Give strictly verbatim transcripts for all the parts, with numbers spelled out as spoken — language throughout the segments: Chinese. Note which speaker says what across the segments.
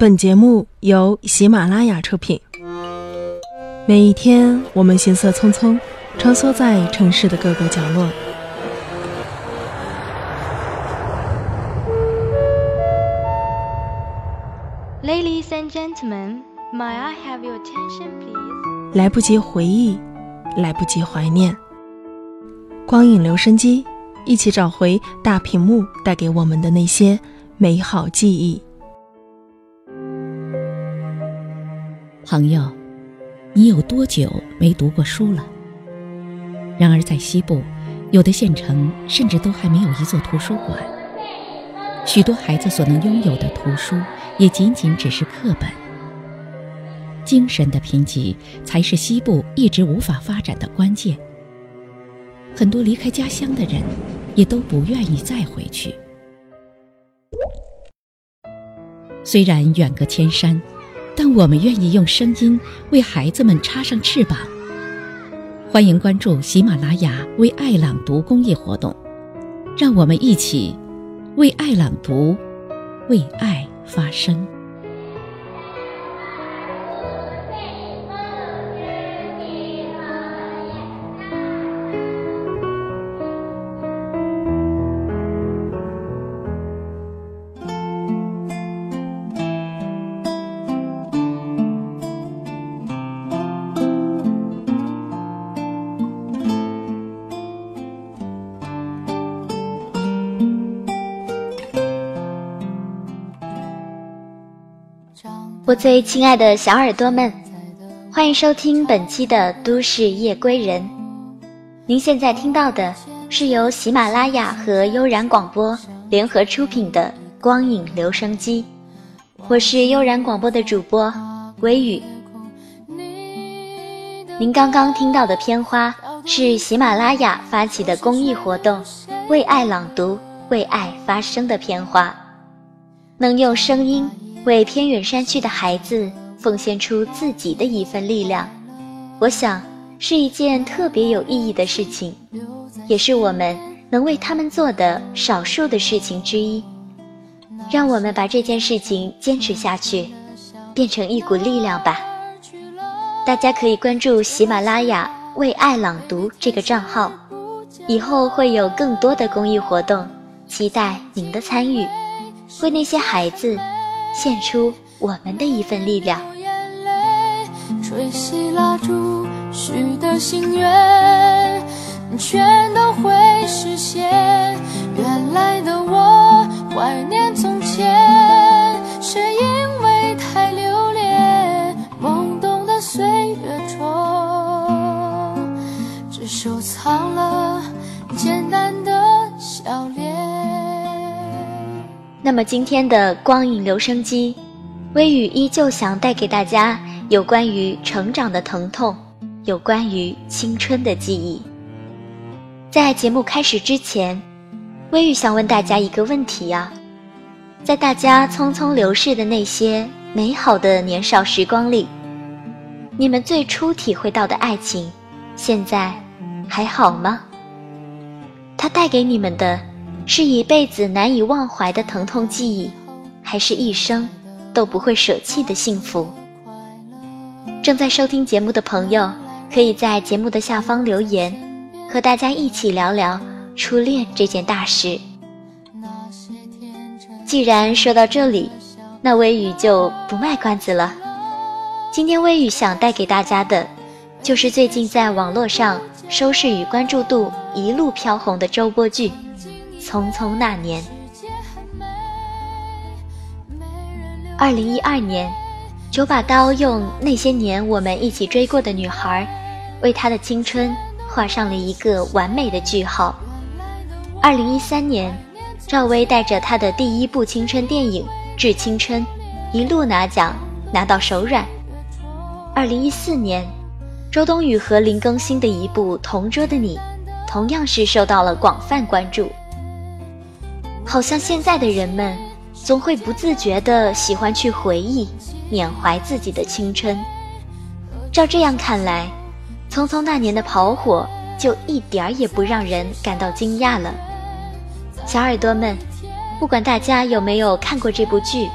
Speaker 1: 本节目由喜马拉雅出品。每一天，我们行色匆匆，穿梭在城市的各个角落。
Speaker 2: Ladies and gentlemen, may I have your attention, please?
Speaker 1: 来不及回忆，来不及怀念。光影留声机，一起找回大屏幕带给我们的那些美好记忆。
Speaker 3: 朋友，你有多久没读过书了？然而在西部，有的县城甚至都还没有一座图书馆。许多孩子所能拥有的图书，也仅仅只是课本。精神的贫瘠才是西部一直无法发展的关键。很多离开家乡的人，也都不愿意再回去。虽然远隔千山，但我们愿意用声音为孩子们插上翅膀。欢迎关注喜马拉雅为爱朗读公益活动，让我们一起为爱朗读，为爱发声。
Speaker 4: 我最亲爱的小耳朵们，欢迎收听本期的都市夜归人。您现在听到的是由喜马拉雅和悠然广播联合出品的光影留声机，我是悠然广播的主播微雨。您刚刚听到的片花是喜马拉雅发起的公益活动为爱朗读，为爱发声的片花，能用声音为偏远山区的孩子奉献出自己的一份力量，我想是一件特别有意义的事情，也是我们能为他们做的少数的事情之一。让我们把这件事情坚持下去，变成一股力量吧。大家可以关注喜马拉雅为爱朗读这个账号，以后会有更多的公益活动，期待您的参与，为那些孩子献出我们的一份力量。
Speaker 5: 吹熄蜡烛许的心愿，全都会实现。原来的我怀念从前，是因为太留恋懵懂的岁月中，只收藏了简单的笑脸。
Speaker 4: 那么今天的光影留声机，微雨依旧想带给大家有关于成长的疼痛，有关于青春的记忆。在节目开始之前，微雨想问大家一个问题啊，在大家匆匆流逝的那些美好的年少时光里，你们最初体会到的爱情，现在还好吗？它带给你们的是一辈子难以忘怀的疼痛记忆，还是一生都不会舍弃的幸福？正在收听节目的朋友，可以在节目的下方留言，和大家一起聊聊初恋这件大事。既然说到这里，那微雨就不卖关子了。今天微雨想带给大家的，就是最近在网络上收视与关注度一路飘红的周播剧《匆匆那年》。二零一二年，九把刀用那些年我们一起追过的女孩，为她的青春画上了一个完美的句号。二零一三年，赵薇带着她的第一部青春电影《致青春》，一路拿奖，拿到手软。二零一四年，周冬雨和林更新的一部《同桌的你》，同样是受到了广泛关注。好像现在的人们总会不自觉地喜欢去回忆缅怀自己的青春。照这样看来，匆匆那年的跑火就一点儿也不让人感到惊讶了。小耳朵们，不管大家有没有看过这部剧，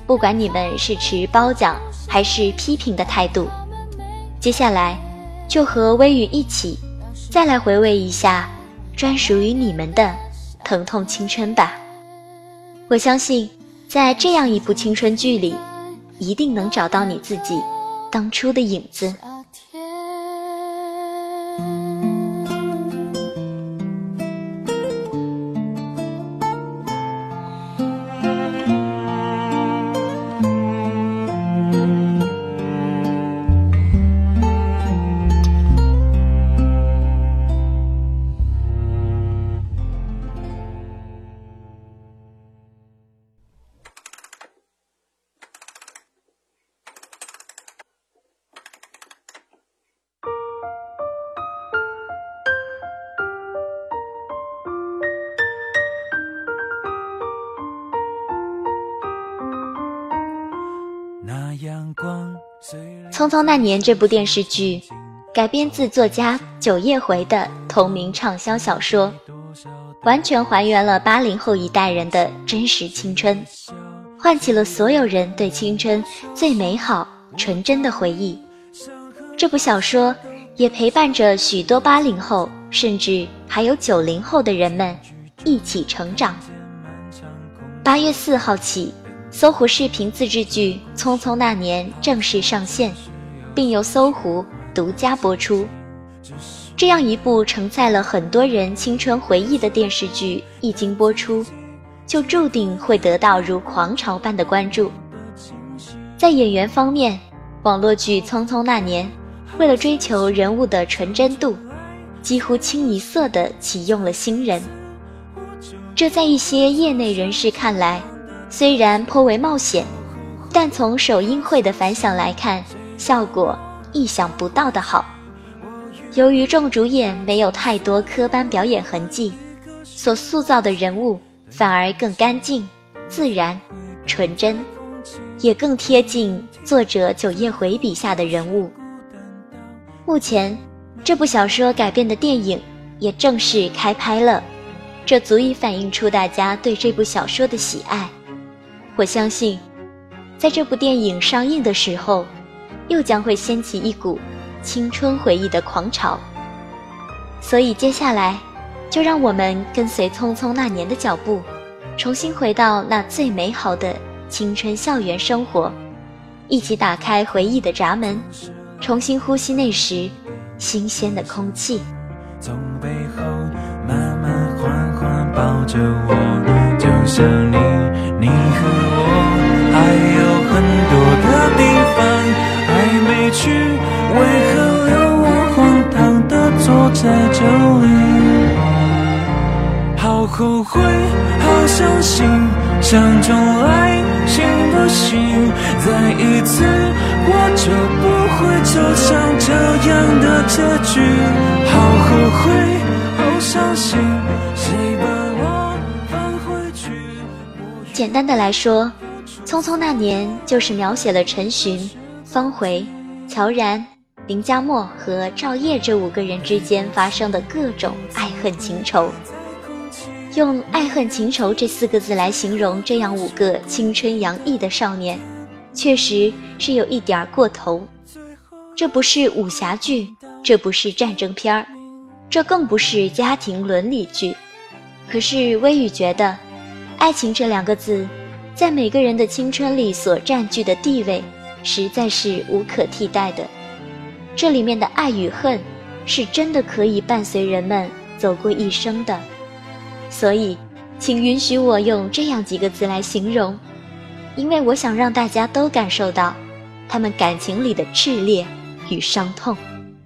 Speaker 4: 不管你们是持褒奖还是批评的态度。接下来就和微雨一起再来回味一下专属于你们的疼痛青春吧。我相信在这样一部青春剧里，一定能找到你自己当初的影子。《匆匆那年》这部电视剧改编自作家九叶回的同名畅销小说，完全还原了八零后一代人的真实青春，唤起了所有人对青春最美好纯真的回忆。这部小说也陪伴着许多八零后甚至还有九零后的人们一起成长。八月四号起，搜狐视频自制剧《匆匆那年》正式上线，并由搜狐独家播出。这样一部承载了很多人青春回忆的电视剧一经播出，就注定会得到如狂潮般的关注。在演员方面，网络剧《匆匆那年》为了追求人物的纯真度，几乎清一色地启用了新人。这在一些业内人士看来，虽然颇为冒险，但从首映会的反响来看，效果意想不到的好。由于众主演没有太多科班表演痕迹，所塑造的人物反而更干净、自然、纯真，也更贴近作者九叶回笔下的人物。目前，这部小说改编的电影也正式开拍了，这足以反映出大家对这部小说的喜爱。我相信，在这部电影上映的时候，又将会掀起一股青春回忆的狂潮。所以接下来，就让我们跟随匆匆那年的脚步，重新回到那最美好的青春校园生活，一起打开回忆的闸门，重新呼吸那时新鲜的空气。
Speaker 6: 从背后慢慢缓缓抱着我，就像你你和我还有很多的地方还没去，为何留我荒唐地坐在这里？好后悔，好伤心，想重来信不信再一次，我就不会走上这样的结局。好后悔，好伤心，谁把我放回去？
Speaker 4: 简单的来说，匆匆那年就是描写了陈寻、方茴、乔然、林佳默和赵烨这五个人之间发生的各种爱恨情仇。用爱恨情仇这四个字来形容这样五个青春洋溢的少年，确实是有一点过头。这不是武侠剧，这不是战争片儿，这更不是家庭伦理剧。可是微雨觉得，爱情这两个字在每个人的青春里所占据的地位实在是无可替代的。这里面的爱与恨是真的可以伴随人们走过一生的。所以请允许我用这样几个字来形容，因为我想让大家都感受到他们感情里的炽烈与伤痛。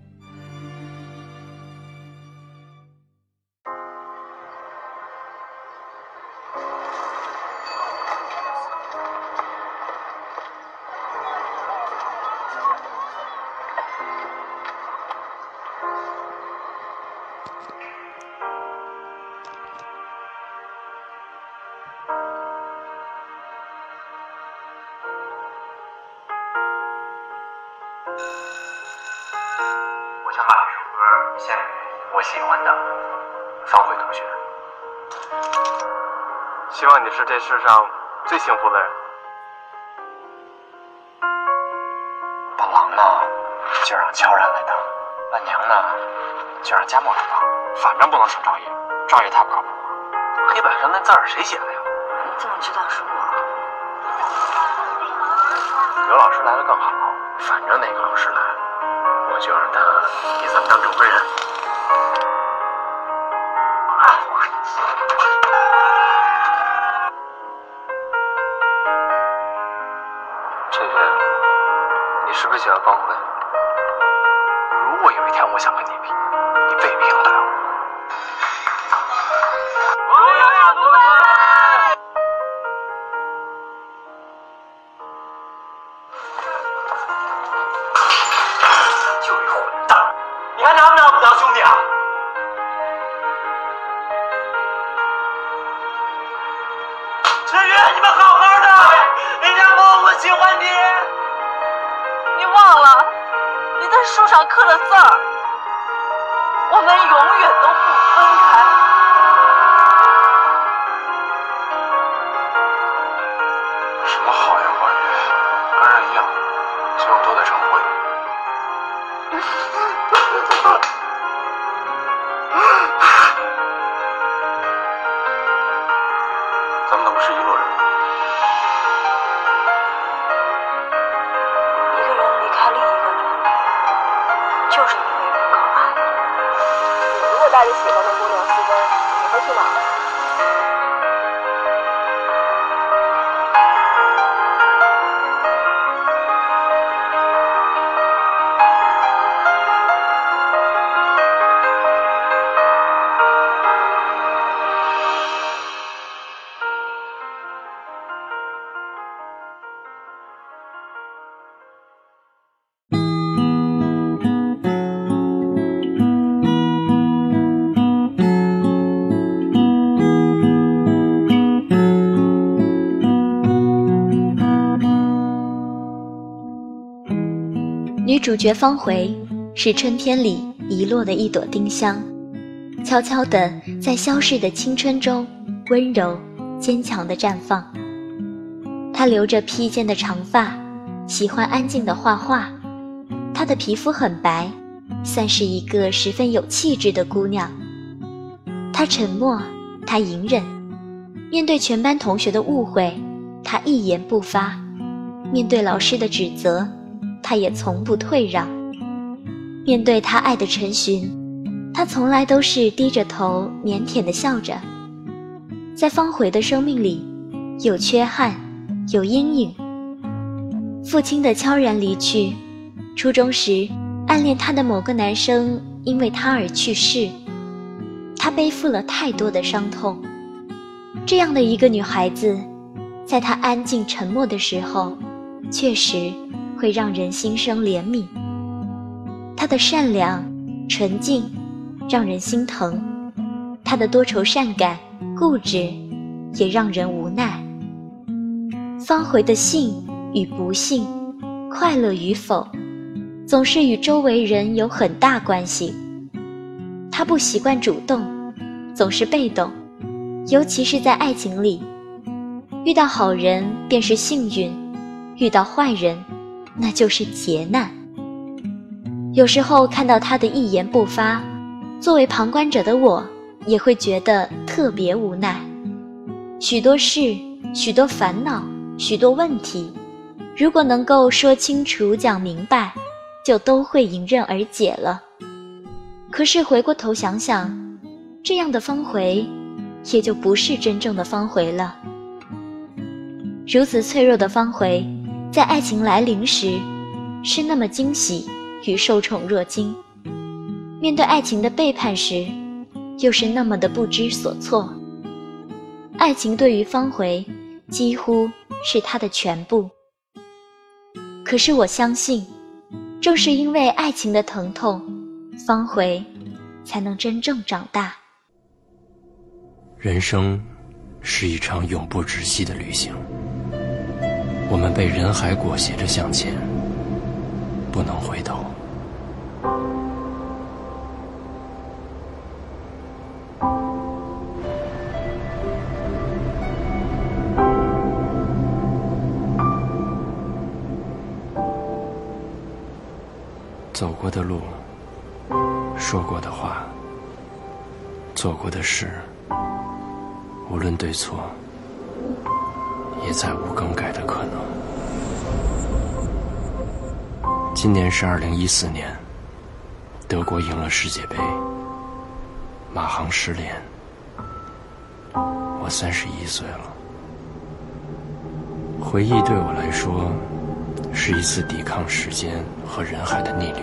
Speaker 7: 我想把这首歌献给我喜欢的方茴同学，希望你是这世上最幸福的人。 呢就让悄然来当，伴娘呢就让佳默来当，反正不能请赵烨，赵烨太不靠谱了。黑板上那字儿谁写的呀？
Speaker 8: 你怎么知道是我？
Speaker 7: 刘老师来的更好，反正哪个老师来，我就让他给咱们当证婚人。这个，你是不是喜欢方茴？如果有一天我想跟你比，你未必赢得了我。不要呀，不要！就一混蛋，你还拿不拿我们当兄弟啊？志远，你们好好的，人家默默喜欢你。
Speaker 8: 你忘了你在书上刻的字儿，我们永远都不分开。
Speaker 7: 什么好言好语，跟人一样，最后都得成婚。咱们都不是一路人。
Speaker 8: 一个人离开另一个人，就是因为不够爱。你如果带着喜欢的姑娘私奔，你会去哪儿？
Speaker 4: 女主角方茴是春天里遗落的一朵丁香，悄悄地在消逝的青春中温柔坚强地绽放。她留着披肩的长发，喜欢安静的画画。她的皮肤很白，算是一个十分有气质的姑娘。她沉默，她隐忍，面对全班同学的误会，她一言不发；面对老师的指责，他也从不退让。面对他爱的陈寻，他从来都是低着头腼腆地笑着。在方茴的生命里，有缺憾，有阴影。父亲的悄然离去，初中时暗恋他的某个男生因为他而去世，他背负了太多的伤痛。这样的一个女孩子，在她安静沉默的时候，确实会让人心生怜悯。她的善良纯净让人心疼，她的多愁善感固执也让人无奈。方茴的幸与不幸，快乐与否，总是与周围人有很大关系。她不习惯主动，总是被动，尤其是在爱情里，遇到好人便是幸运，遇到坏人那就是劫难。有时候看到他的一言不发，作为旁观者的我也会觉得特别无奈。许多事，许多烦恼，许多问题，如果能够说清楚讲明白，就都会迎刃而解了。可是回过头想想，这样的方茴也就不是真正的方茴了。如此脆弱的方茴，在爱情来临时是那么惊喜与受宠若惊，面对爱情的背叛时又是那么的不知所措。爱情对于方茴几乎是她的全部。可是我相信，正是因为爱情的疼痛，方茴才能真正长大。
Speaker 9: 人生是一场永不止息的旅行，我们被人海裹挟着向前，不能回头。 走过的路，说过的话，做过的事，无论对错，也再无更改的可能。今年是二零一四年，德国赢了世界杯，马航失联，我三十一岁了。回忆对我来说，是一次抵抗时间和人海的逆旅。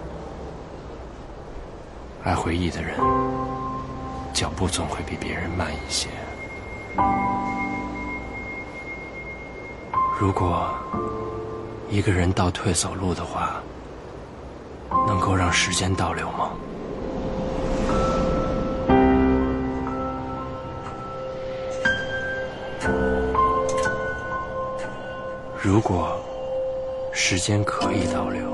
Speaker 9: 爱回忆的人，脚步总会比别人慢一些。如果一个人倒退走路的话，能够让时间倒流吗？如果时间可以倒流，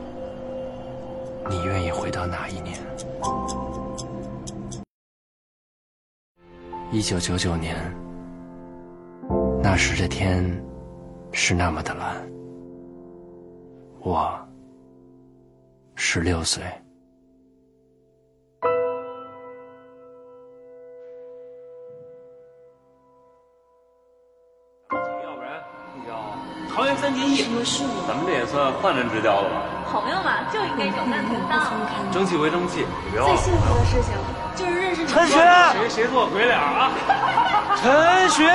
Speaker 9: 你愿意回到哪一年？一九九九年，那时的天是那么的蓝，我十六岁。
Speaker 7: 要不然叫桃园三结义。什么事呢？咱们这也算换人之交了吧？
Speaker 8: 朋友嘛，就应该有难同当。
Speaker 7: 争气为争气，不要
Speaker 8: 最幸福的事情就是认识你。
Speaker 7: 陈雪，谁谁做鬼脸啊？陈雪，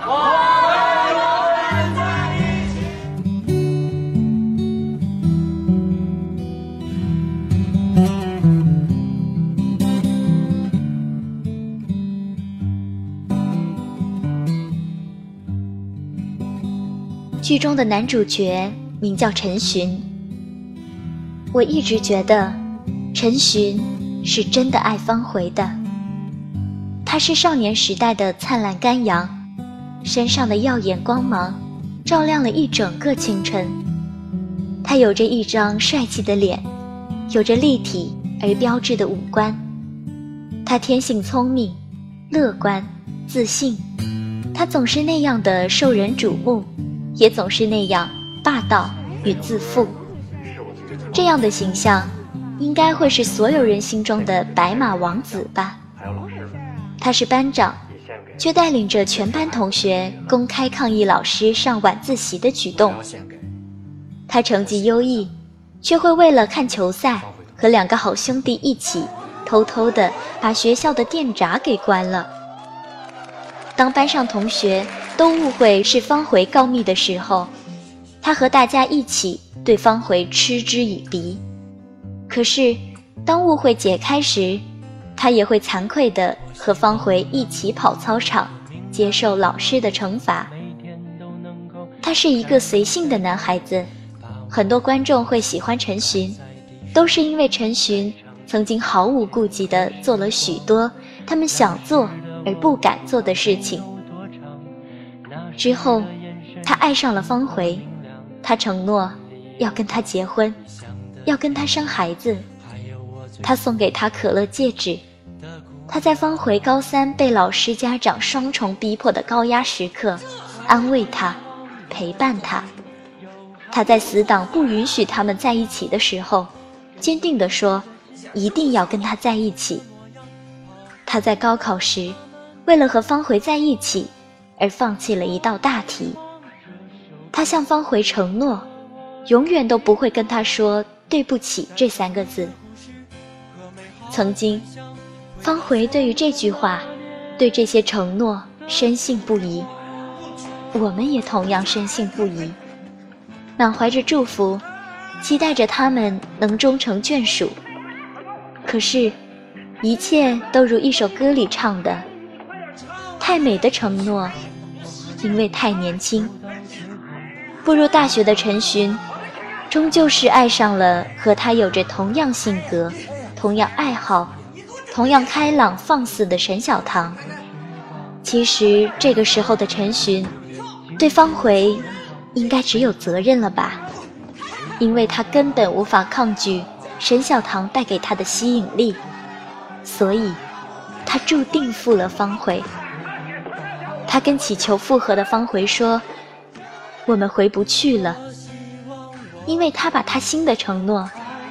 Speaker 4: 剧中的男主角名叫陈寻。我一直觉得陈寻是真的爱方茴的，他是少年时代的灿烂肝阳，身上的耀眼光芒照亮了一整个青春。他有着一张帅气的脸，有着立体而标致的五官。他天性聪明、乐观、自信，他总是那样的受人瞩目，也总是那样霸道与自负。这样的形象应该会是所有人心中的白马王子吧。他是班长，却带领着全班同学公开抗议老师上晚自习的举动。他成绩优异，却会为了看球赛和两个好兄弟一起偷偷地把学校的电闸给关了。当班上同学都误会是方茴告密的时候，他和大家一起对方茴嗤之以鼻。可是当误会解开时，他也会惭愧地和方茴一起跑操场，接受老师的惩罚。他是一个随性的男孩子，很多观众会喜欢陈寻，都是因为陈寻曾经毫无顾忌地做了许多他们想做而不敢做的事情。之后他爱上了方茴，他承诺要跟他结婚，要跟他生孩子。他送给他可乐戒指。他在方茴高三被老师家长双重逼迫的高压时刻安慰他，陪伴他。他在死党不允许他们在一起的时候，坚定地说一定要跟他在一起。他在高考时为了和方茴在一起而放弃了一道大题。他向方茴承诺永远都不会跟他说对不起这三个字。曾经方茴对于这句话，对这些承诺深信不疑，我们也同样深信不疑，满怀着祝福，期待着他们能终成眷属。可是一切都如一首歌里唱的，太美的承诺因为太年轻。步入大学的陈寻终究是爱上了和他有着同样性格、同样爱好、同样开朗放肆的沈小棠。其实这个时候的陈寻对方茴应该只有责任了吧，因为他根本无法抗拒沈小棠带给他的吸引力，所以他注定负了方茴。他跟祈求复合的方茴说，我们回不去了，因为他把他新的承诺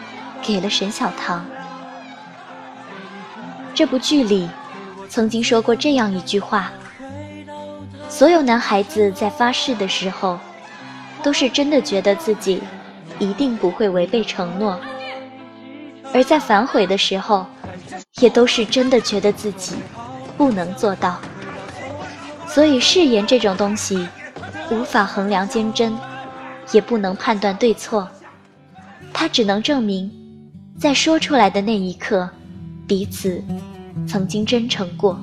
Speaker 4: 给了沈小棠。这部剧里曾经说过这样一句话：所有男孩子在发誓的时候，都是真的觉得自己一定不会违背承诺，而在反悔的时候，也都是真的觉得自己不能做到。所以誓言这种东西，无法衡量坚贞，也不能判断对错，它只能证明，在说出来的那一刻，彼此曾经真诚过。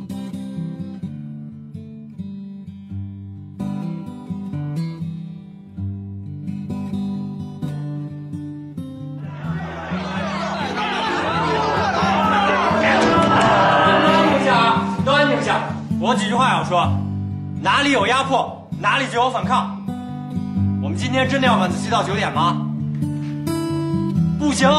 Speaker 10: 都安静下！我有几句话要说：哪里有压迫，哪里就有反抗。我们今天真的要晚自习到九点吗？不行。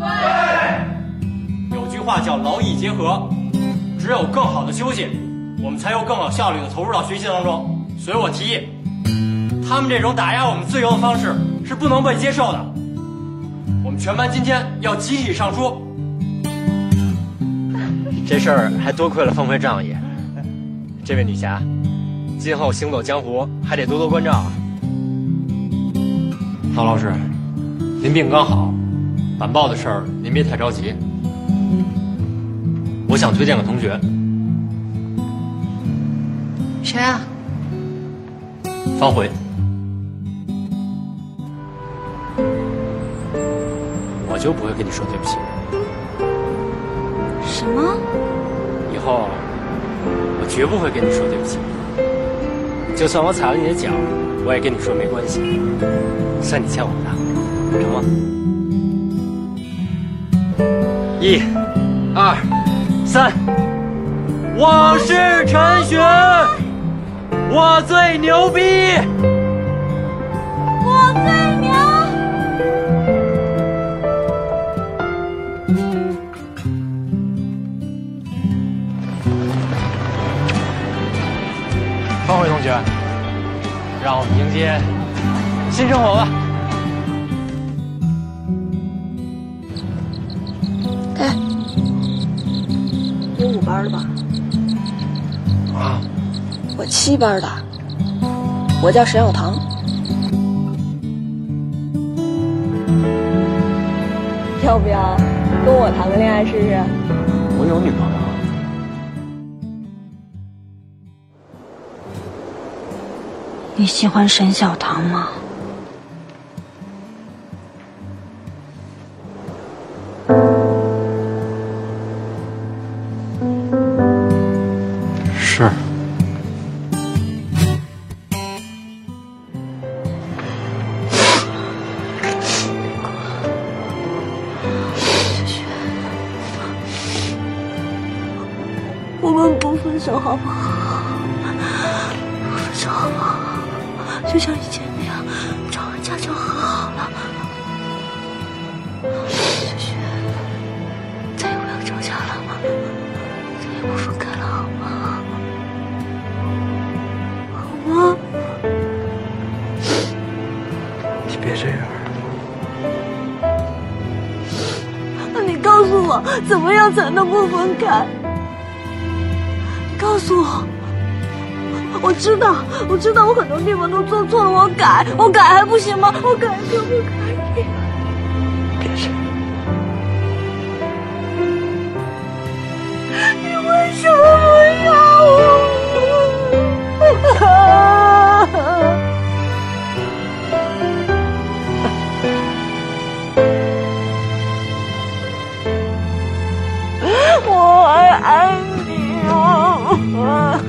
Speaker 10: 对。有句话叫劳逸结合，只有更好的休息，我们才有更有效率的投入到学习当中。所以我提议，他们这种打压我们自由的方式是不能被接受的。我们全班今天要集体上书。
Speaker 9: 这事儿还多亏了方会仗义。这位女侠，今后行走江湖还得多多关照啊。
Speaker 10: 曹老师，您病刚好，晚报的事儿您别太着急。我想推荐个同学。
Speaker 11: 谁啊？
Speaker 10: 方回。我就不会跟你说对不起。
Speaker 11: 什么？
Speaker 10: 以后我绝不会跟你说对不起。就算我踩了你的脚，我也跟你说没关系，算你欠我的，成吗？一、二、三，我是陈雪，我最牛逼，
Speaker 11: 我最牛。
Speaker 10: 方慧同学，让我们迎接新生活吧。
Speaker 8: 哎，你五班的吧？
Speaker 10: 啊，
Speaker 8: 我七班的，我叫沈小棠。要不要跟我谈个恋爱试试？
Speaker 10: 我有女朋友。
Speaker 11: 你喜欢沈小棠吗？
Speaker 10: 是。
Speaker 8: 我们不分手好不好？不分手好不好？就像以前那样，吵完架就和好了。雪雪，再也不要吵架了吗？再也不分开了好吗？好吗？
Speaker 9: 你别这样。
Speaker 8: 那你告诉我，怎么样才能不分开？你告诉我。我知道，我知道，我很多地方都做错了，我改，我改还不行吗？我改可不可以？
Speaker 9: 别这样。
Speaker 8: 你为什么不要我？我还爱你哦。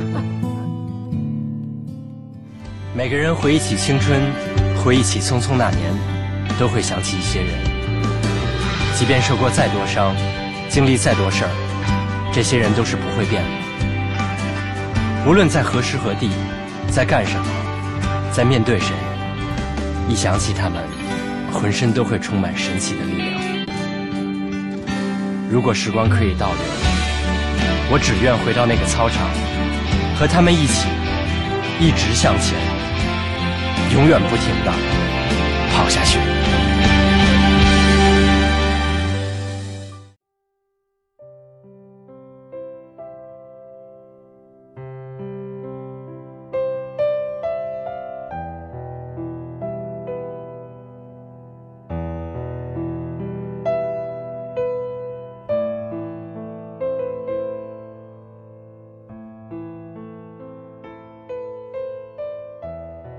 Speaker 9: 每个人回忆起青春，回忆起匆匆那年，都会想起一些人。即便受过再多伤，经历再多事儿，这些人都是不会变的。无论在何时何地，在干什么，在面对谁，一想起他们，浑身都会充满神奇的力量。如果时光可以倒流，我只愿回到那个操场，和他们一起，一直向前。永远不停地跑下去。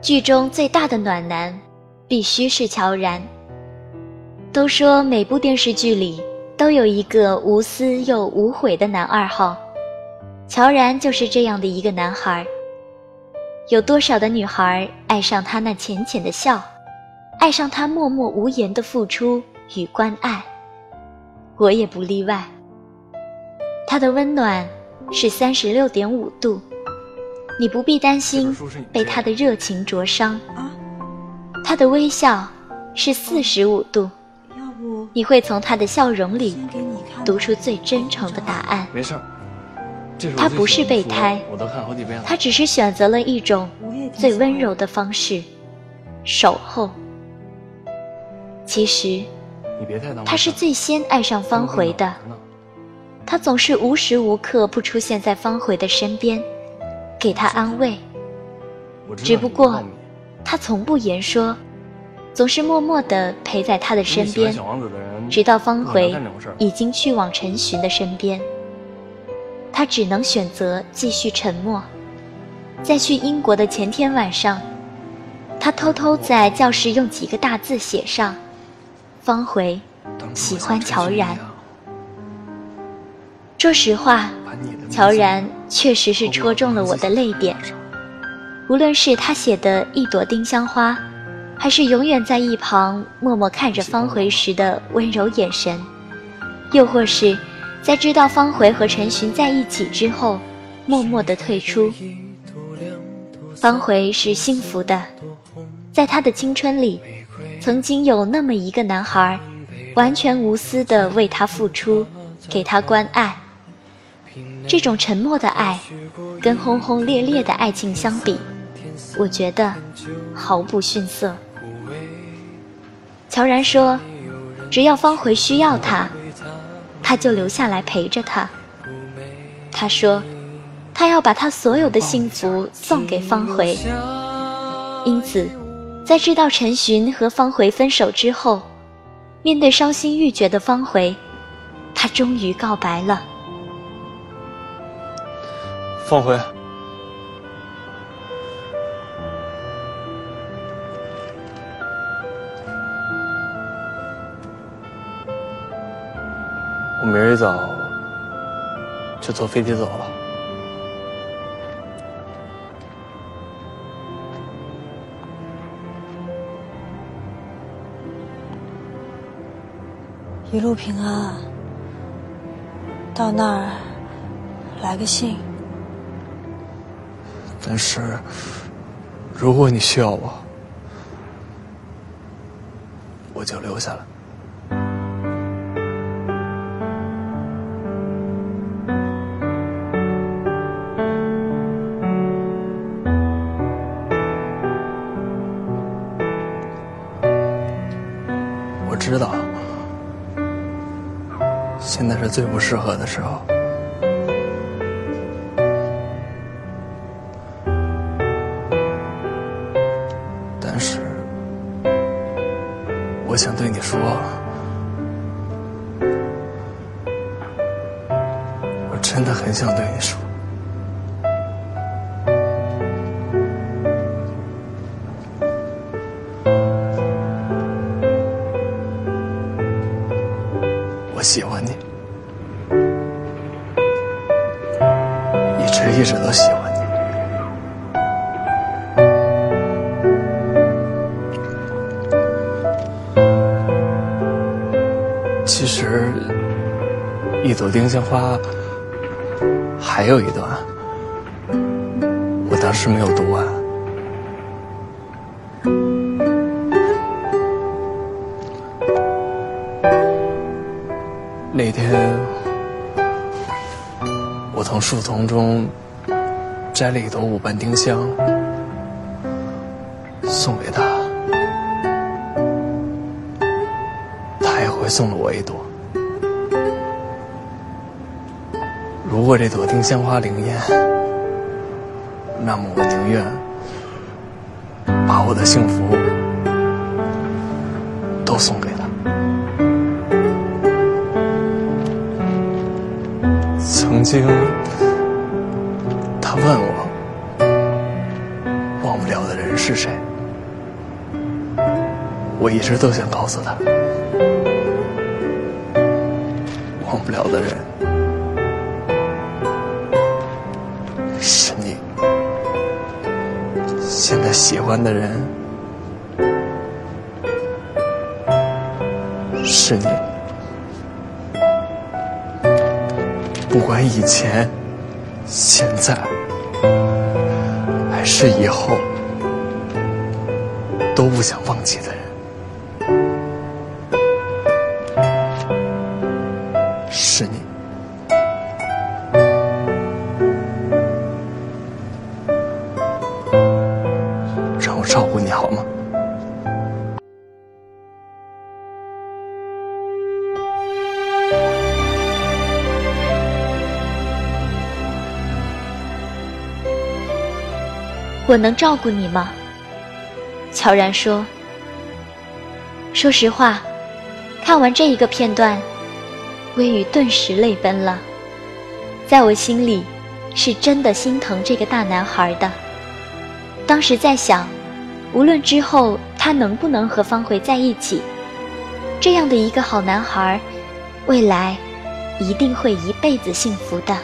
Speaker 4: 剧中最大的暖男必须是乔然。都说每部电视剧里都有一个无私又无悔的男二号，乔然就是这样的一个男孩。有多少的女孩爱上他那浅浅的笑，爱上他默默无言的付出与关爱，我也不例外。他的温暖是 三十六点五 度，你不必担心被他的热情灼伤。他的微笑是四十五度，你会从他的笑容里读出最真诚的答案。
Speaker 12: 没事，
Speaker 4: 他不是备胎，他只是选择了一种最温柔的方式守候。其实他是最先爱上方茴的，他总是无时无刻不出现在方茴的身边，给他安慰。只不过他从不言说，总是默默地陪在他的身边，直到方茴已经去往陈寻的身边，他只能选择继续沉默。在去英国的前天晚上，他偷偷在教室用几个大字写上方茴喜欢乔然。说实话，乔然确实是戳中了我的泪点。无论是他写的一朵丁香花，还是永远在一旁默默看着方茴时的温柔眼神，又或是在知道方茴和陈寻在一起之后默默地退出。方茴是幸福的，在他的青春里曾经有那么一个男孩，完全无私地为他付出，给他关爱。这种沉默的爱跟轰轰烈烈的爱情相比，我觉得毫不逊色。乔然说，只要方茴需要他，他就留下来陪着他。他说他要把他所有的幸福送给方茴。因此在知道陈寻和方茴分手之后，面对伤心欲绝的方茴，他终于告白了。
Speaker 12: 方茴，我明儿一早就坐飞机走了。
Speaker 8: 一路平安，到那儿来个信。
Speaker 12: 但是如果你需要我，我就留下来。我知道现在是最不适合的时候，但是我想对你说，我真的很想对你说，我喜欢你，一直一直都喜欢你。其实一朵丁香花还有一段我当时没有读完。那天我从树丛中摘了一朵五瓣丁香送给他，他也会送了我一朵。如果这朵丁香花灵验，那么我宁愿把我的幸福都送给他。曾经他问我，忘不了的人是谁？ 我一直都想告诉他，忘不了的人是你，现在喜欢的人是你。不管以前、现在还是以后，都不想忘记的人是你。让我照顾你好吗？
Speaker 4: 我能照顾你吗？乔然说。说实话，看完这一个片段，微雨顿时泪奔了。在我心里，是真的心疼这个大男孩的。当时在想，无论之后他能不能和方茴在一起，这样的一个好男孩，未来一定会一辈子幸福的。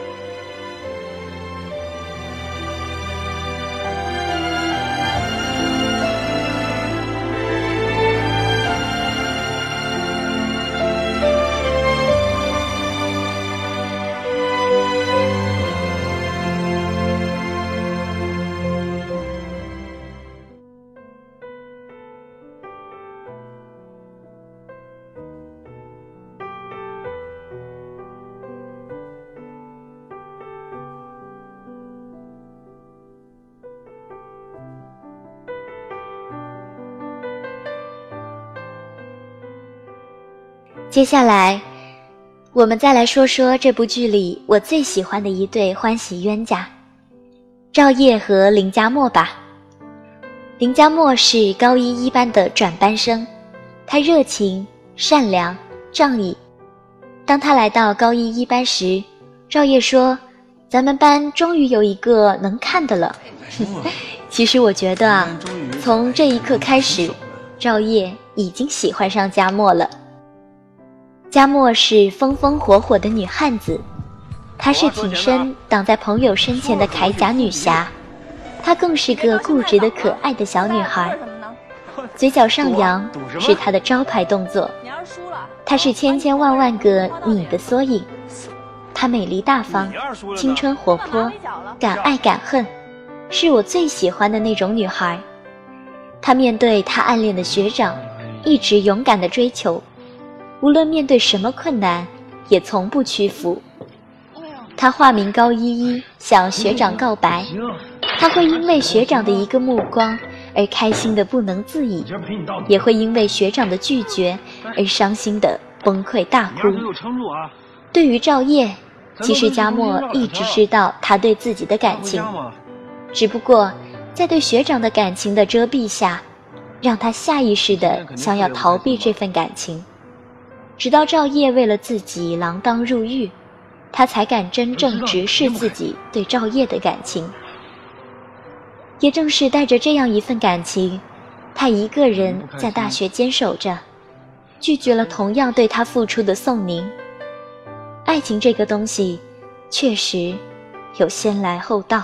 Speaker 4: 接下来我们再来说说这部剧里我最喜欢的一对欢喜冤家，赵烨和林佳墨吧。林佳墨是高一一班的转班生，他热情、善良、仗义。当他来到高一一班时，赵烨说，咱们班终于有一个能看的了。其实我觉得啊，从这一刻开始，赵烨已经喜欢上佳墨了。佳墨是风风火火的女汉子，她是挺身挡在朋友身前的铠甲女侠，她更是个固执的可爱的小女孩，嘴角上扬是她的招牌动作。她是千千万万个你的缩影，她美丽大方，青春活泼，敢爱敢恨，是我最喜欢的那种女孩。她面对她暗恋的学长，一直勇敢地追求，无论面对什么困难，也从不屈服。他化名高依依，向学长告白，他会因为学长的一个目光而开心的不能自已，也会因为学长的拒绝而伤心的崩溃大哭。对于赵烨，其实佳墨一直知道他对自己的感情，只不过在对学长的感情的遮蔽下，让他下意识的想要逃避这份感情。直到赵烨为了自己锒铛入狱，他才敢真正直视自己对赵烨的感情。也正是带着这样一份感情，他一个人在大学坚守着，拒绝了同样对他付出的宋宁。爱情这个东西，确实有先来后到。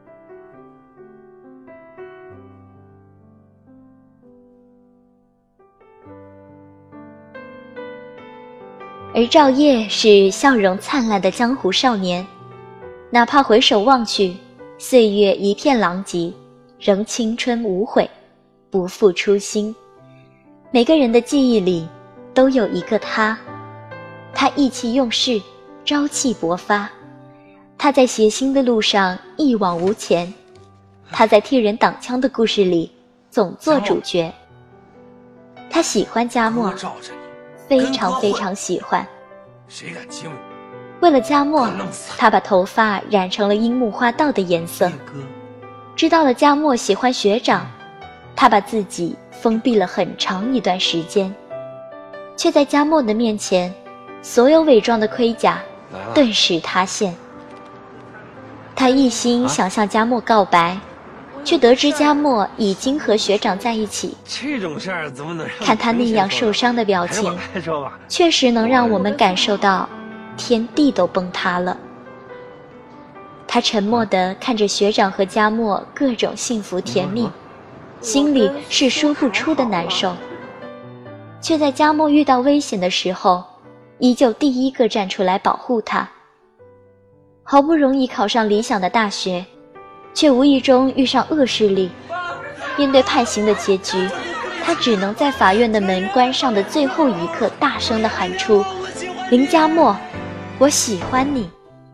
Speaker 4: 而赵烨是笑容灿烂的江湖少年，哪怕回首望去，岁月一片狼藉，仍青春无悔，不负初心。每个人的记忆里都有一个他，他意气用事，朝气勃发，他在谐星的路上一往无前，他在替人挡枪的故事里总做主角。他喜欢佳墨，非常非常喜欢。
Speaker 7: 谁敢亲我？
Speaker 4: 为了佳墨，他把头发染成了樱木花道的颜色。知道了佳墨喜欢学长，他把自己封闭了很长一段时间，却在佳墨的面前，所有伪装的盔甲顿时塌陷。他一心想向佳墨告白， 却得知佳默已经和学长在一起。
Speaker 7: 这种事儿怎么能让
Speaker 4: 看他那样受伤的表情，确实能让我们感受到天地都崩塌了。他沉默地看着学长和佳默各种幸福甜蜜，心里是说不出的难受，却在佳默遇到危险的时候，依旧第一个站出来保护他。好不容易考上理想的大学，却无意中遇上恶势力，面对判刑的结局，他只能在法院的门关上的最后一刻大声地喊出：林佳默，我喜欢你。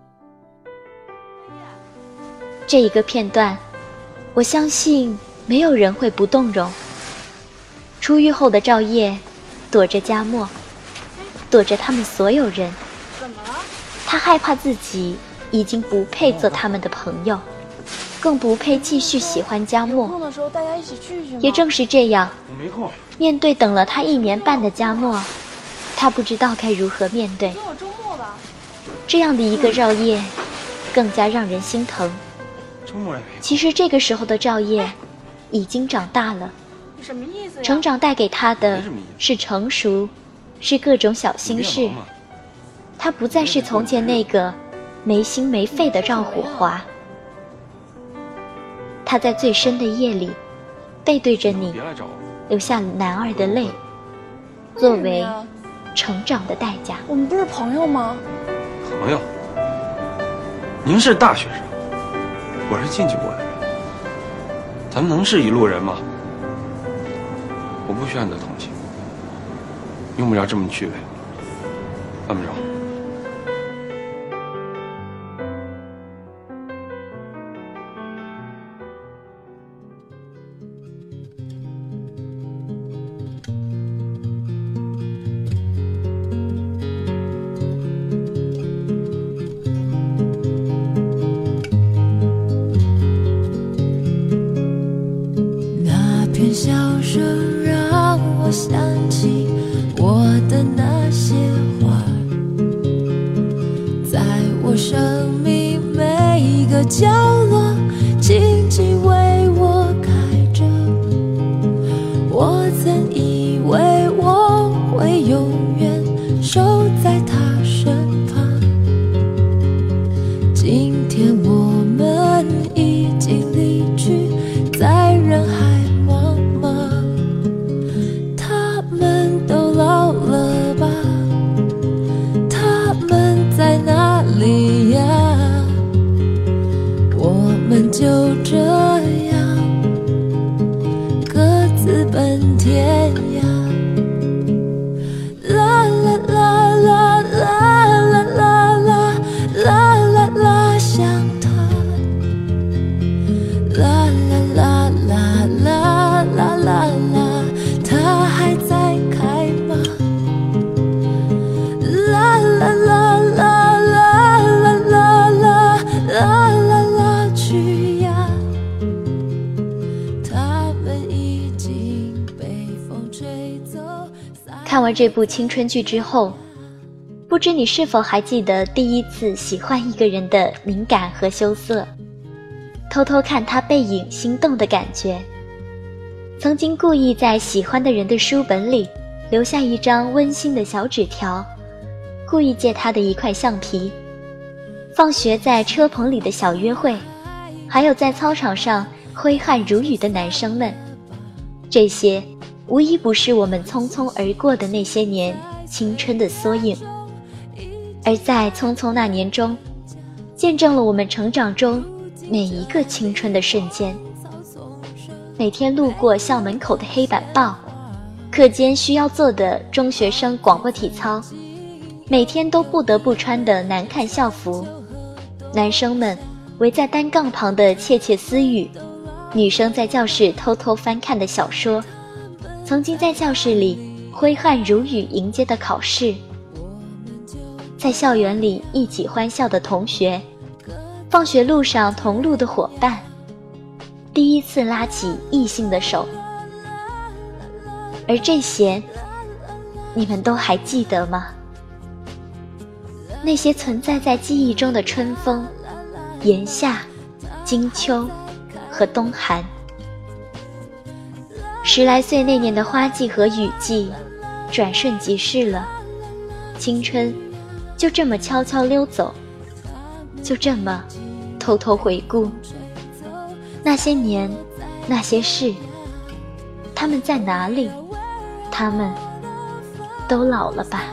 Speaker 4: 这一个片段，我相信没有人会不动容。出狱后的赵烨躲着佳默，躲着他们所有人。他害怕自己已经不配做他们的朋友，更不配继续喜欢佳默。也正是这样，面对等了他一年半的佳默，他不知道该如何面对。这样的一个赵烨，更加让人心疼。其实这个时候的赵烨已经长大了，
Speaker 8: 什么意思呀？
Speaker 4: 成长带给他的是成熟，是各种小心事。他不再是从前那个没心没肺的赵虎华。他在最深的夜里背对着你，流下男儿的泪，作为成长的代价。
Speaker 8: 我们不是朋友吗？
Speaker 7: 朋友？您是大学生，我是进去过的人，咱们能是一路人吗？我不需要你的同情，用不着这么趣味，犯不着。
Speaker 5: 笑声让我想起我的那些花，在我生命每一个角落静静为我开着。我曾以为我会永远守在他身旁，今天我们已经离去，在人海就这样各自奔天涯，啦啦啦啦啦啦啦啦啦啦啦，想他，啦啦啦啦啦啦啦啦，他还在开吗？啦啦啦啦啦啦啦啦啦啦啦去。
Speaker 4: 看完这部青春剧之后，不知你是否还记得第一次喜欢一个人的敏感和羞涩，偷偷看他背影心动的感觉，曾经故意在喜欢的人的书本里留下一张温馨的小纸条，故意借他的一块橡皮，放学在车棚里的小约会，还有在操场上挥汗如雨的男生们，这些无一不是我们匆匆而过的那些年青春的缩影。而在匆匆那年中，见证了我们成长中每一个青春的瞬间。每天路过校门口的黑板报，课间需要做的中学生广播体操，每天都不得不穿的难看校服，男生们围在单杠旁的窃窃私语，女生在教室偷偷翻看的小说，曾经在教室里挥汗如雨迎接的考试，在校园里一起欢笑的同学，放学路上同路的伙伴，第一次拉起异性的手。而这些，你们都还记得吗？那些存在在记忆中的春风、炎夏、金秋和冬寒。十来岁那年的花季和雨季，转瞬即逝了，青春就这么悄悄溜走，就这么偷偷回顾那些年，那些事，他们在哪里？他们都老了吧。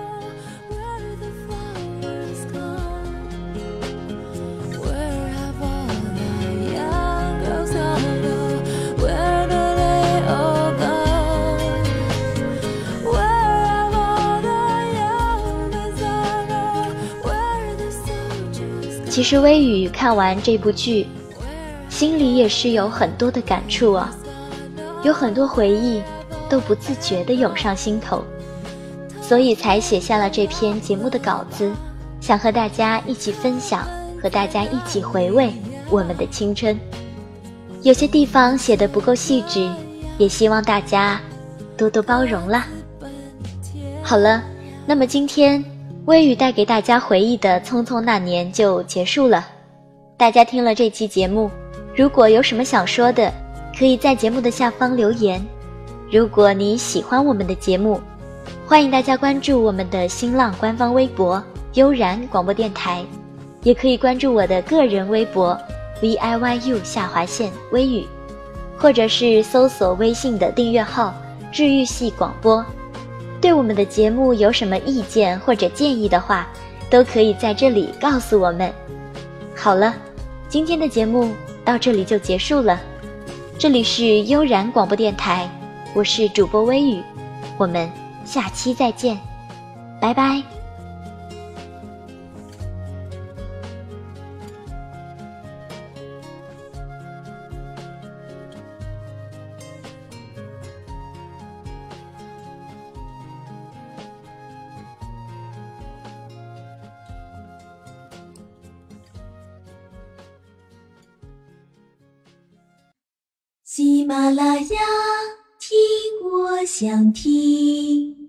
Speaker 4: 其实微雨看完这部剧，心里也是有很多的感触啊，有很多回忆都不自觉地涌上心头，所以才写下了这篇节目的稿子，想和大家一起分享，和大家一起回味我们的青春。有些地方写得不够细致，也希望大家多多包容啦。好了，那么今天微雨带给大家回忆的《匆匆那年》就结束了。大家听了这期节目，如果有什么想说的，可以在节目的下方留言。如果你喜欢我们的节目，欢迎大家关注我们的新浪官方微博悠然广播电台，也可以关注我的个人微博 V I Y U 下划线微语，或者是搜索微信的订阅号治愈系广播。对我们的节目有什么意见或者建议的话，都可以在这里告诉我们。好了，今天的节目到这里就结束了。这里是悠然广播电台，我是主播微雨，我们下期再见，拜拜。
Speaker 13: 喜马拉雅，听我想听。